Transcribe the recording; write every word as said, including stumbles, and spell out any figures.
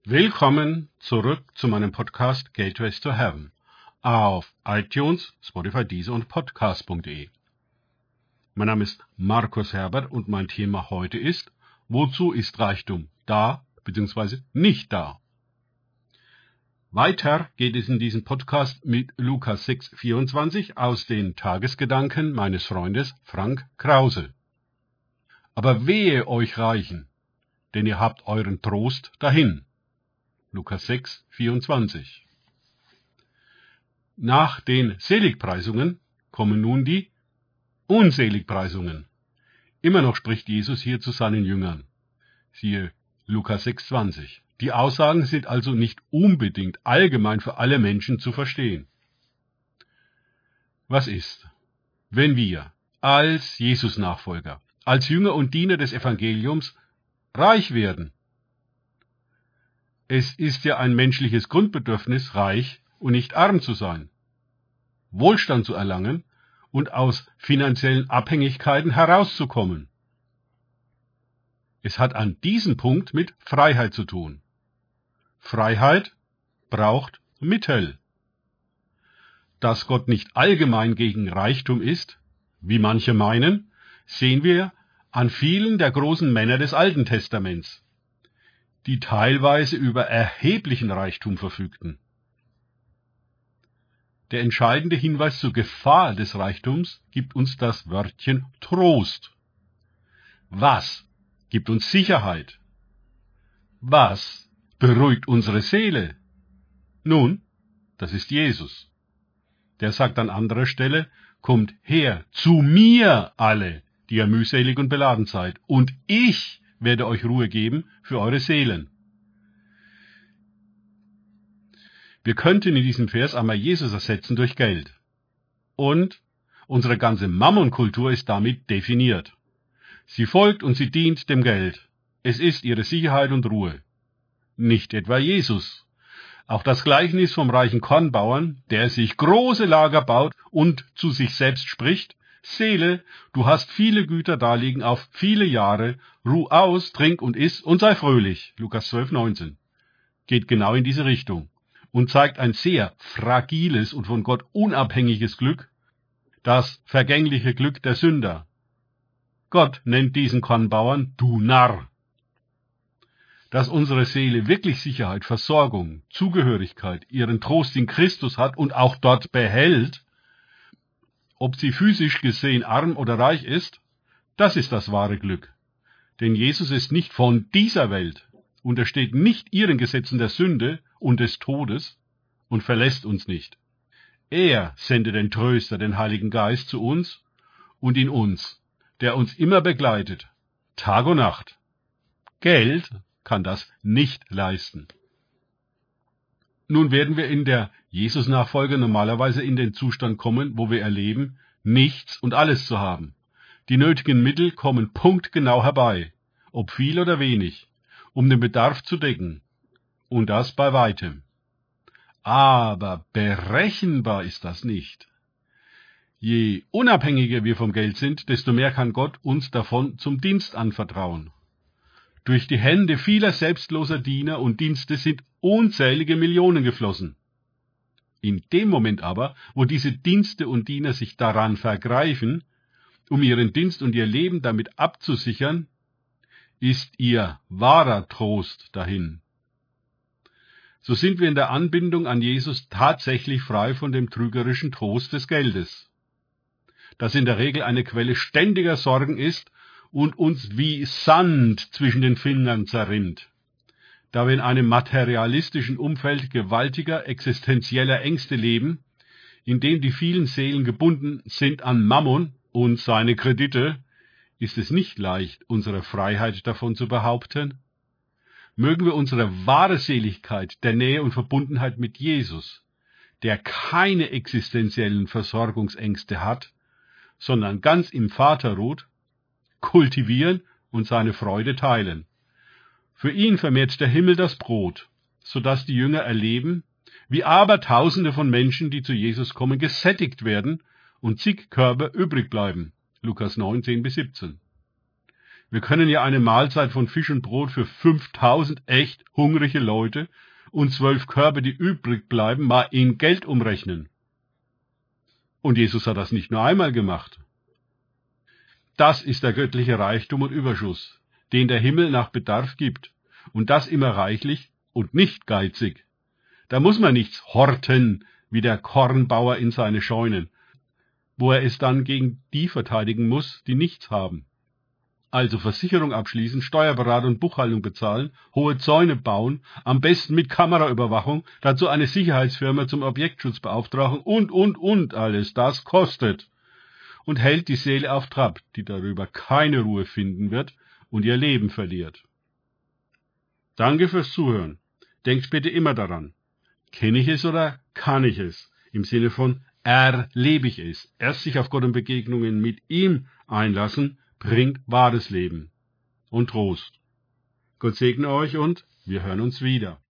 Willkommen zurück zu meinem Podcast Gateways to Heaven auf iTunes, Spotify, Deezer und Podcast punkt de. Mein Name ist Markus Herbert und mein Thema heute ist: Wozu ist Reichtum da bzw. nicht da? Weiter geht es in diesem Podcast mit Lukas sechs vierundzwanzig aus den Tagesgedanken meines Freundes Frank Krause. Aber wehe euch Reichen, denn ihr habt euren Trost dahin. Lukas sechs vierundzwanzig. Nach den Seligpreisungen kommen nun die Unseligpreisungen. Immer noch spricht Jesus hier zu seinen Jüngern. Siehe Lukas sechs zwanzig. Die Aussagen sind also nicht unbedingt allgemein für alle Menschen zu verstehen. Was ist, wenn wir als Jesus-Nachfolger, als Jünger und Diener des Evangeliums reich werden? Es ist ja ein menschliches Grundbedürfnis, reich und nicht arm zu sein, Wohlstand zu erlangen und aus finanziellen Abhängigkeiten herauszukommen. Es hat an diesem Punkt mit Freiheit zu tun. Freiheit braucht Mittel. Dass Gott nicht allgemein gegen Reichtum ist, wie manche meinen, sehen wir an vielen der großen Männer des Alten Testaments, die teilweise über erheblichen Reichtum verfügten. Der entscheidende Hinweis zur Gefahr des Reichtums gibt uns das Wörtchen Trost. Was gibt uns Sicherheit? Was beruhigt unsere Seele? Nun, das ist Jesus. Der sagt an anderer Stelle: Kommt her zu mir alle, die ihr mühselig und beladen seid, und ich werde euch Ruhe geben für eure Seelen. Wir könnten in diesem Vers einmal Jesus ersetzen durch Geld. Und unsere ganze Mammonkultur ist damit definiert. Sie folgt und sie dient dem Geld. Es ist ihre Sicherheit und Ruhe. Nicht etwa Jesus. Auch das Gleichnis vom reichen Kornbauern, der sich große Lager baut und zu sich selbst spricht: Seele, du hast viele Güter daliegen auf viele Jahre, ruh aus, trink und iss und sei fröhlich. Lukas zwölf neunzehn. Geht genau in diese Richtung und zeigt ein sehr fragiles und von Gott unabhängiges Glück, das vergängliche Glück der Sünder. Gott nennt diesen Kornbauern: Du Narr. Dass unsere Seele wirklich Sicherheit, Versorgung, Zugehörigkeit, ihren Trost in Christus hat und auch dort behält, ob sie physisch gesehen arm oder reich ist, das ist das wahre Glück. Denn Jesus ist nicht von dieser Welt, untersteht nicht ihren Gesetzen der Sünde und des Todes und verlässt uns nicht. Er sendet den Tröster, den Heiligen Geist, zu uns und in uns, der uns immer begleitet, Tag und Nacht. Geld kann das nicht leisten. Nun werden wir in der Jesus-Nachfolge normalerweise in den Zustand kommen, wo wir erleben, nichts und alles zu haben. Die nötigen Mittel kommen punktgenau herbei, ob viel oder wenig, um den Bedarf zu decken. Und das bei weitem. Aber berechenbar ist das nicht. Je unabhängiger wir vom Geld sind, desto mehr kann Gott uns davon zum Dienst anvertrauen. Durch die Hände vieler selbstloser Diener und Dienste sind unzählige Millionen geflossen. In dem Moment aber, wo diese Dienste und Diener sich daran vergreifen, um ihren Dienst und ihr Leben damit abzusichern, ist ihr wahrer Trost dahin. So sind wir in der Anbindung an Jesus tatsächlich frei von dem trügerischen Trost des Geldes, das in der Regel eine Quelle ständiger Sorgen ist und uns wie Sand zwischen den Fingern zerrinnt, da wir in einem materialistischen Umfeld gewaltiger existenzieller Ängste leben, in dem die vielen Seelen gebunden sind an Mammon und seine Kredite, ist es nicht leicht, unsere Freiheit davon zu behaupten. Mögen wir unsere wahre Seligkeit der Nähe und Verbundenheit mit Jesus, der keine existenziellen Versorgungsängste hat, sondern ganz im Vater ruht, kultivieren und seine Freude teilen. Für ihn vermehrt der Himmel das Brot, so dass die Jünger erleben, wie Abertausende von Menschen, die zu Jesus kommen, gesättigt werden und zig Körbe übrig bleiben. Lukas neun, zehn bis siebzehn. Wir können ja eine Mahlzeit von Fisch und Brot für fünftausend echt hungrige Leute und zwölf Körbe, die übrig bleiben, mal in Geld umrechnen. Und Jesus hat das nicht nur einmal gemacht. Das ist der göttliche Reichtum und Überschuss, den der Himmel nach Bedarf gibt. Und das immer reichlich und nicht geizig. Da muss man nichts horten, wie der Kornbauer in seine Scheunen, wo er es dann gegen die verteidigen muss, die nichts haben. Also Versicherung abschließen, Steuerberater und Buchhaltung bezahlen, hohe Zäune bauen, am besten mit Kameraüberwachung, dazu eine Sicherheitsfirma zum Objektschutz beauftragen und, und, und alles. Das kostet und hält die Seele auf Trab, die darüber keine Ruhe finden wird und ihr Leben verliert. Danke fürs Zuhören. Denkt bitte immer daran. Kenne ich es oder kann ich es? Im Sinne von erlebe ich es. Erst sich auf Gott und Begegnungen mit ihm einlassen, bringt wahres Leben und Trost. Gott segne euch und wir hören uns wieder.